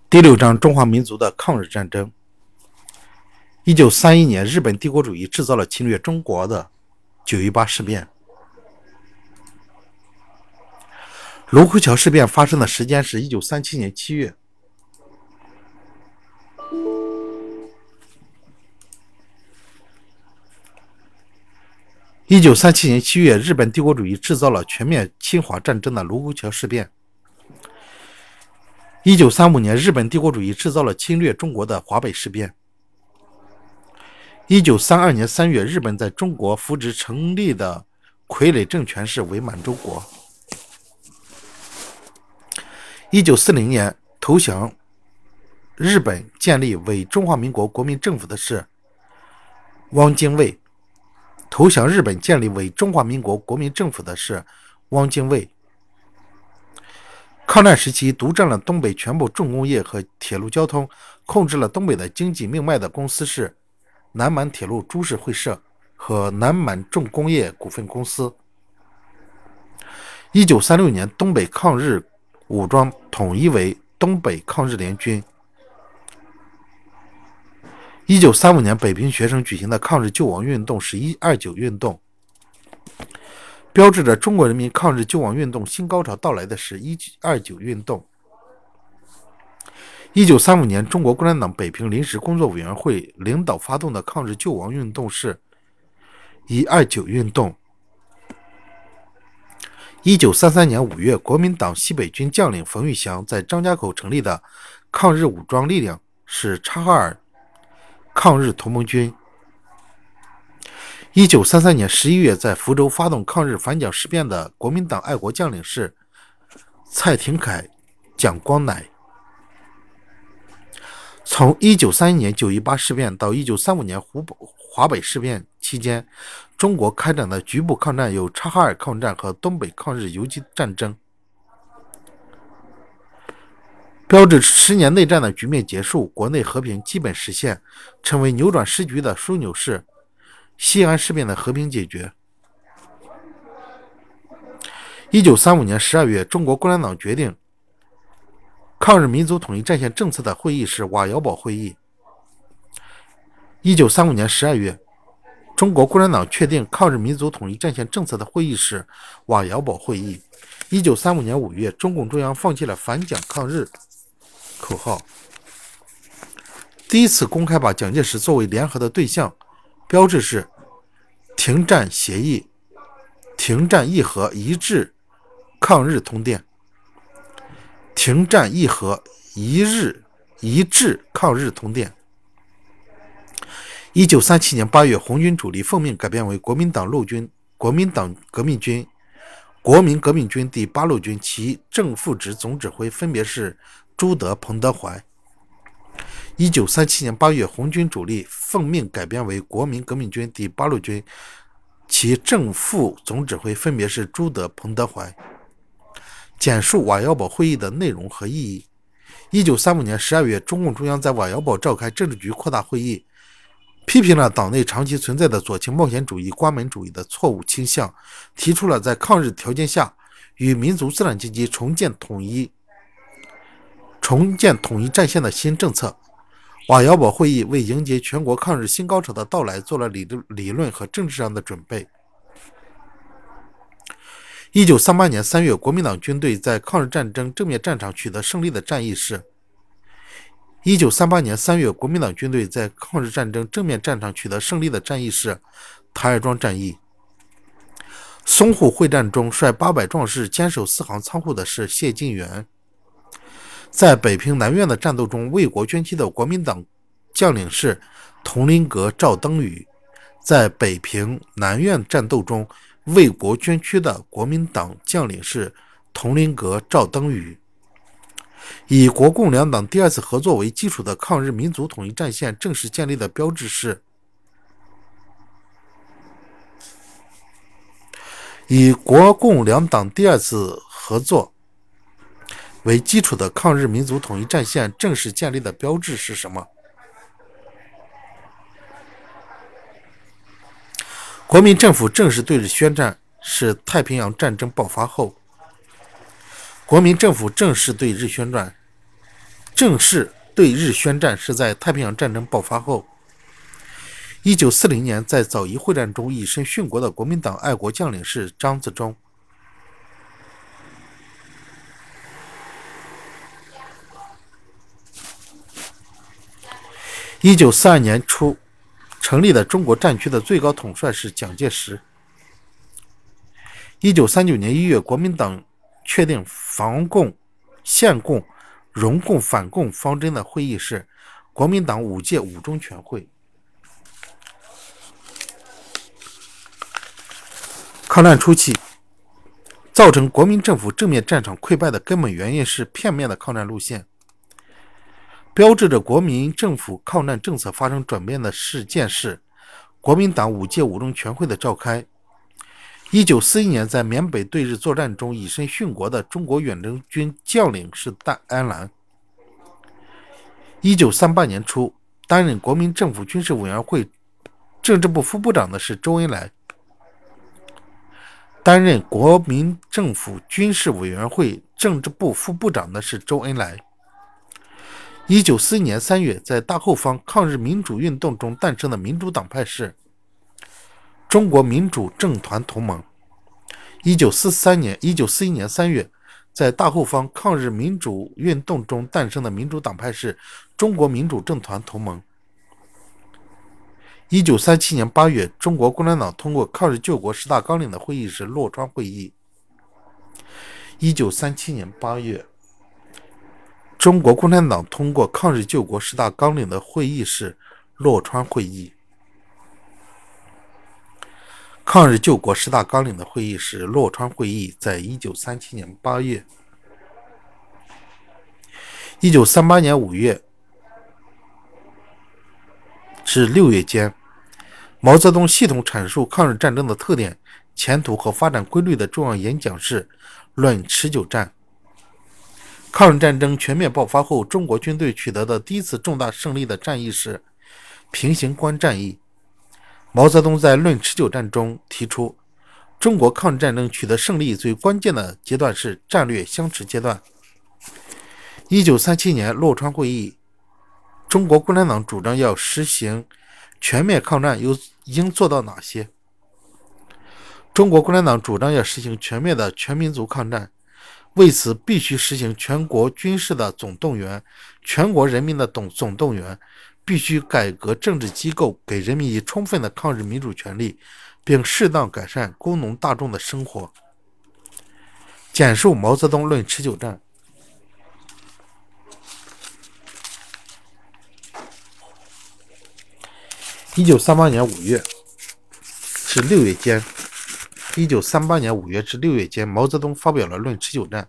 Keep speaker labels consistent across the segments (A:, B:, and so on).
A: 第6章中华民族的抗日战争。1931年，日本帝国主义制造了侵略中国的9·18事变。卢沟桥事变发生的时间是1937年7月。1937年7月，日本帝国主义制造了全面侵华战争的卢沟桥事变。1935年，日本帝国主义制造了侵略中国的华北事变。1932年3月，日本在中国扶植成立的傀儡政权是伪满洲国。1940年投降日本建立伪中华民国国民政府的是汪精卫。投降日本建立伪中华民国国民政府的是汪精卫。抗战时期，独占了东北全部重工业和铁路交通，控制了东北的经济命脉的公司是南满铁路株式会社和南满重工业股份公司。1936年，东北抗日武装统一为东北抗日联军。1935年，北平学生举行的抗日救亡运动是129运动。标志着中国人民抗日救亡运动新高潮到来的是129运动。1935年，中国共产党北平临时工作委员会领导发动的抗日救亡运动是129运动。1933年5月，国民党西北军将领冯玉祥在张家口成立的抗日武装力量是察哈尔抗日同盟军。1933年11月，在福州发动抗日反蒋事变的国民党爱国将领是蔡廷锴、蒋光鼐。从1931年9·18事变到1935年华北事变期间，中国开展的局部抗战有察哈尔抗战和东北抗日游击战争。标志10年内战的局面结束，国内和平基本实现，成为扭转时局的枢纽是西安事变的和平解决。1935年12月，中国共产党决定抗日民族统一战线政策的会议是瓦窑堡会议。1935年12月，中国共产党确定抗日民族统一战线政策的会议是瓦窑堡会议。1935年5月，中共中央放弃了反蒋抗日口号，第一次公开把蒋介石作为联合的对象，标志是停战协议、停战议和一致抗日通电。停战议和一致抗日通电。1937年8月，红军主力奉命改编为国民党陆军、国民党革命军、国民革命军第8路军，其正副职总指挥分别是朱德、彭德怀。1937年8月，红军主力奉命改编为国民革命军第8路军，其正副总指挥分别是朱德、彭德怀。简述瓦窑堡会议的内容和意义。1935年12月，中共中央在瓦窑堡召开政治局扩大会议，批评了党内长期存在的左倾冒险主义、关门主义的错误倾向，提出了在抗日条件下与民族资产阶级重建统一战线的新政策。瓦窑堡会议为迎接全国抗日新高潮的到来做了理论和政治上的准备。1938年3月，国民党军队在抗日战争正面战场取得胜利的战役是1938年3月，国民党军队在抗日战争正面战场取得胜利的战役是台儿庄战役。淞沪会战中率800壮士坚守4行仓库的是谢晋元。在北平南苑的战斗中为国捐躯的国民党将领是佟麟阁、赵登禹。在北平南苑战斗中为国捐躯的国民党将领是佟麟阁、赵登禹。以国共两党第二次合作为基础的抗日民族统一战线正式建立的标志是以国共两党第二次合作为基础的抗日民族统一战线正式建立的标志是什么？国民政府正式对日宣战是太平洋战争爆发后。国民政府正式对日宣战正式对日宣战是在太平洋战争爆发后。1940年，在枣宜会战中以身殉国的国民党爱国将领是张自忠。1942年初成立的中国战区的最高统帅是蒋介石。1939年1月，国民党确定防共、限共、容共、反共方针的会议是国民党5届五中全会。抗战初期，造成国民政府正面战场溃败的根本原因是片面的抗战路线。标志着国民政府抗战政策发生转变的事件是国民党5届五中全会的召开。1941年，在缅北对日作战中以身殉国的中国远征军将领是戴安澜。1938年初，担任国民政府军事委员会政治部副部长的是周恩来。担任国民政府军事委员会政治部副部长的是周恩来。1941年3月，在大后方抗日民主运动中诞生的民主党派是中国民主政团同盟。1941年3月，在大后方抗日民主运动中诞生的民主党派是中国民主政团同盟。1937年8月，中国共产党通过抗日救国10大纲领的会议是洛川会议。1937年8月，中国共产党通过抗日救国10大纲领的会议是洛川会议。抗日救国10大纲领的会议是洛川会议，在1937年8月。1938年5月至6月间，毛泽东系统阐述抗日战争的特点、前途和发展规律的重要演讲是《论持久战》。抗日战争全面爆发后，中国军队取得的第一次重大胜利的战役是平型关战役。毛泽东在《论持久战》中提出，中国抗日战争取得胜利最关键的阶段是战略相持阶段。1937年洛川会议，中国共产党主张要实行全面抗战应做到哪些？中国共产党主张要实行全面的全民族抗战，为此必须实行全国军事的总动员，全国人民的总动员，必须改革政治机构，给人民以充分的抗日民主权利，并适当改善工农大众的生活。简述毛泽东论持久战。1938年5月至6月间，1938年5月至6月间，毛泽东发表了《论持久战》，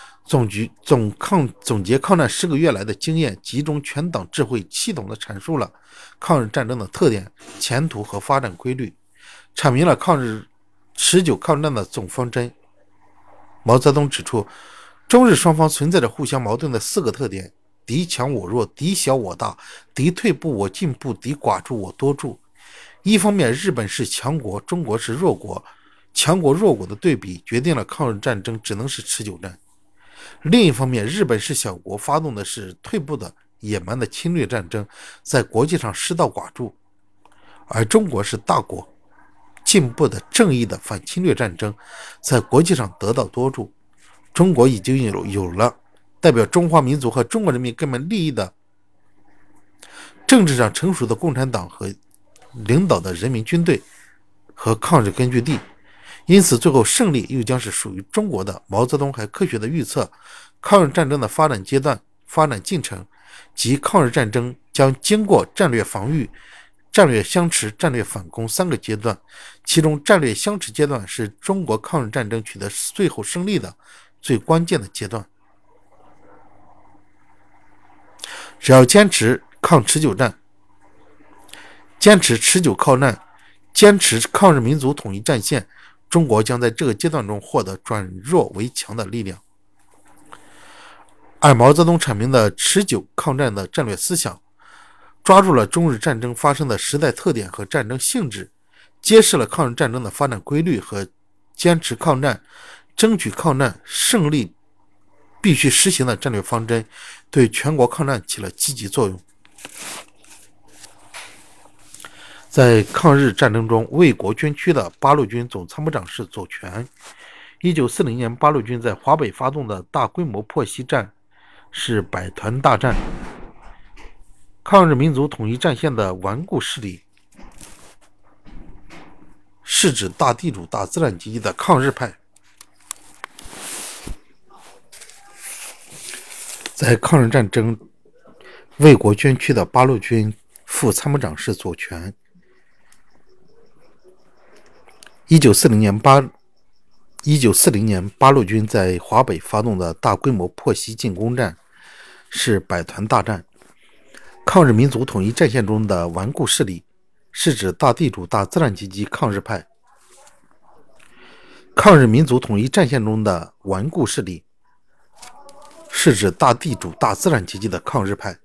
A: 总结抗战10个月来的经验，集中全党智慧，系统地阐述了抗日战争的特点、前途和发展规律，阐明了抗日持久抗战的总方针。毛泽东指出，中日双方存在着互相矛盾的4个特点：敌强我弱，敌小我大，敌退步我进步，敌寡助我多助。一方面，日本是强国，中国是弱国，强国弱国的对比决定了抗日战争只能是持久战。另一方面，日本是小国，发动的是退步的野蛮的侵略战争，在国际上失道寡助；而中国是大国，进步的正义的反侵略战争，在国际上得到多助。中国已经有了代表中华民族和中国人民根本利益的政治上成熟的共产党和领导的人民军队和抗日根据地，因此最后胜利又将是属于中国的。毛泽东还科学地预测抗日战争的发展阶段、发展进程，即抗日战争将经过战略防御、战略相持、战略反攻3个阶段，其中战略相持阶段是中国抗日战争取得最后胜利的最关键的阶段。只要坚持抗持久战，坚持持久抗战，坚持抗日民族统一战线，中国将在这个阶段中获得转弱为强的力量。而毛泽东阐明的持久抗战的战略思想，抓住了中日战争发生的时代特点和战争性质，揭示了抗日战争的发展规律和坚持抗战、争取抗战胜利必须实行的战略方针，对全国抗战起了积极作用。在抗日战争中，卫国军区的八路军总参谋长是左权。1940年，八路军在华北发动的大规模破袭战是百团大战。抗日民族统一战线的顽固势力是指大地主大资产阶级的抗日派。在抗日战争，卫国军区的八路军副参谋长是左权。1940年，八路军在华北发动的大规模破袭进攻战是百团大战。抗日民族统一战线中的顽固势力是指大地主大资产阶级抗日派。抗日民族统一战线中的顽固势力是指大地主大资产阶级的抗日派。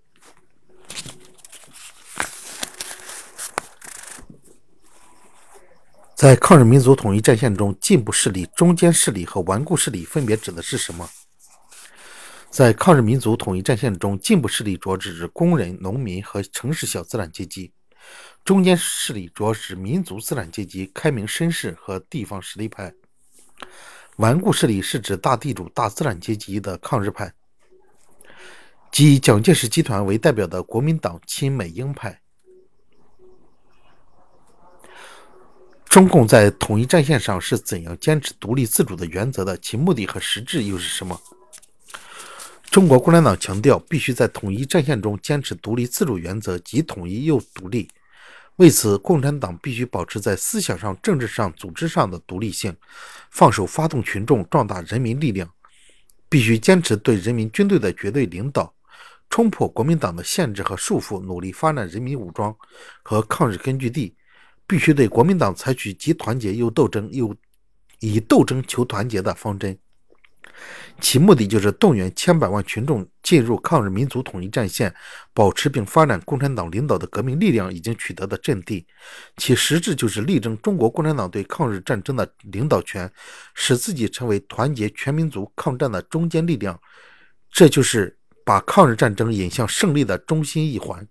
A: 在抗日民族统一战线中，进步势力、中间势力和顽固势力分别指的是什么？在抗日民族统一战线中，进步势力主要指工人、农民和城市小资产阶级；中间势力主要指民族资产阶级、开明绅士和地方实力派；顽固势力是指大地主大资产阶级的抗日派，即以蒋介石集团为代表的国民党亲美英派。中共在统一战线上是怎样坚持独立自主的原则的？其目的和实质又是什么？中国共产党强调必须在统一战线中坚持独立自主原则，即统一又独立。为此，共产党必须保持在思想上、政治上、组织上的独立性，放手发动群众，壮大人民力量，必须坚持对人民军队的绝对领导，冲破国民党的限制和束缚，努力发展人民武装和抗日根据地，必须对国民党采取既团结又斗争，又以斗争求团结的方针。其目的就是动员千百万群众进入抗日民族统一战线，保持并发展共产党领导的革命力量已经取得的阵地。其实质就是力争中国共产党对抗日战争的领导权，使自己成为团结全民族抗战的中坚力量。这就是把抗日战争引向胜利的中心一环。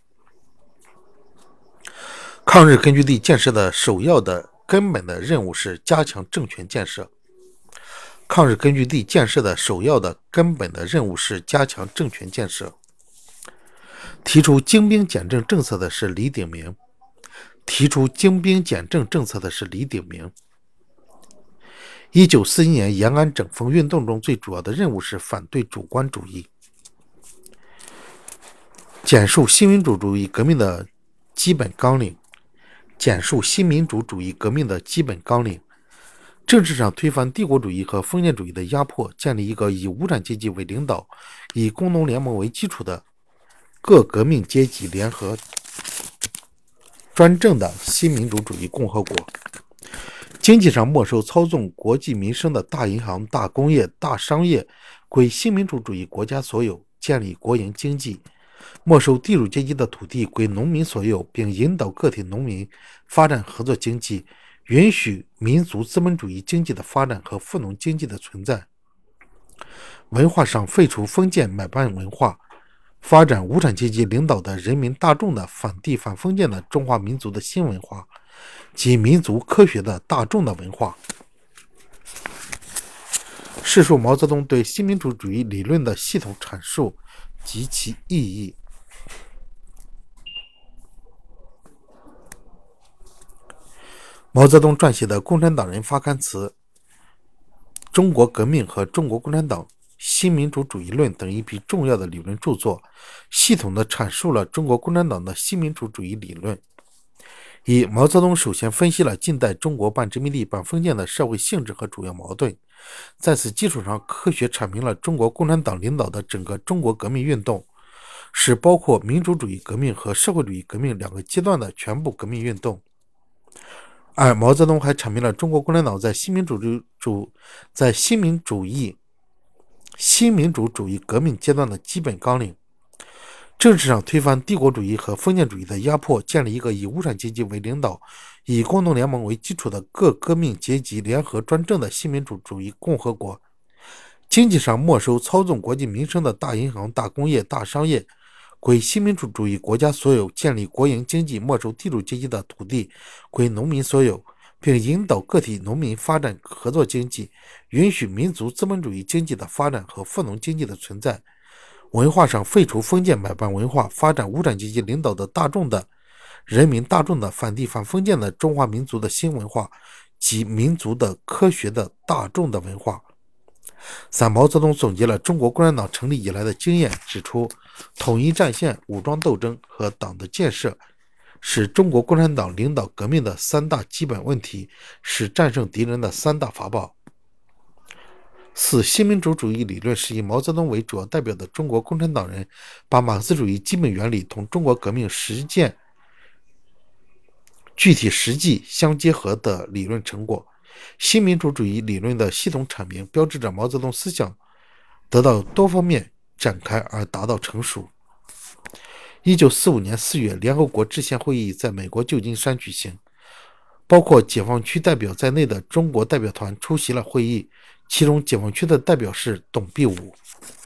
A: 抗日根据地建设的首要的根本的任务是加强政权建设。抗日根据地建设的首要的根本的任务是加强政权建设。提出精兵简政政策的是李鼎铭。1941年延安整风运动中最主要的任务是反对主观主义，简述新民主主义革命的基本纲领。政治上推翻帝国主义和封建主义的压迫，建立一个以无产阶级为领导、以工农联盟为基础的各革命阶级联合专政的新民主主义共和国。经济上没收操纵国计民生的大银行、大工业、大商业，归新民主主义国家所有，建立国营经济。没收地主阶级的土地归农民所有，并引导个体农民发展合作经济，允许民族资本主义经济的发展和富农经济的存在。文化上废除封建买办文化，发展无产阶级领导的人民大众的反帝反封建的中华民族的新文化，及民族科学的大众的文化。试述毛泽东对新民主主义理论的系统阐述及其意义。毛泽东撰写的《共产党人发刊词》《中国革命和中国共产党新民主主义论》等一批重要的理论著作，系统地阐述了中国共产党的新民主主义理论。毛泽东首先分析了近代中国半殖民地半封建的社会性质和主要矛盾，在此基础上科学阐明了中国共产党领导的整个中国革命运动是包括民主主义革命和社会主义革命两个阶段的全部革命运动。而毛泽东还阐明了中国共产党在新民主主义革命阶段的基本纲领。政治上推翻帝国主义和封建主义的压迫，建立一个以无产阶级为领导、以工农联盟为基础的各革命阶级联合专政的新民主主义共和国。 经济上没收操纵国计民生的大银行、大工业、大商业，归新民主主义国家所有，建立国营经济，没收地主阶级的土地，归农民所有，并引导个体农民发展合作经济，允许民族资本主义经济的发展和富农经济的存在。文化上废除封建买办文化，发展无产阶级领导的人民大众的反帝反封建的中华民族的新文化及民族的科学的大众的文化。毛泽东总结了中国共产党成立以来的经验，指出统一战线、武装斗争和党的建设是中国共产党领导革命的三大基本问题，是战胜敌人的三大法宝。4. 新民主主义理论是以毛泽东为主要代表的中国共产党人把马克思主义基本原理同中国革命实践具体实际相结合的理论成果。新民主主义理论的系统阐明，标志着毛泽东思想得到多方面展开而达到成熟。1945年4月，联合国制宪会议在美国旧金山举行，包括解放区代表在内的中国代表团出席了会议，其中解放区的代表是董必武。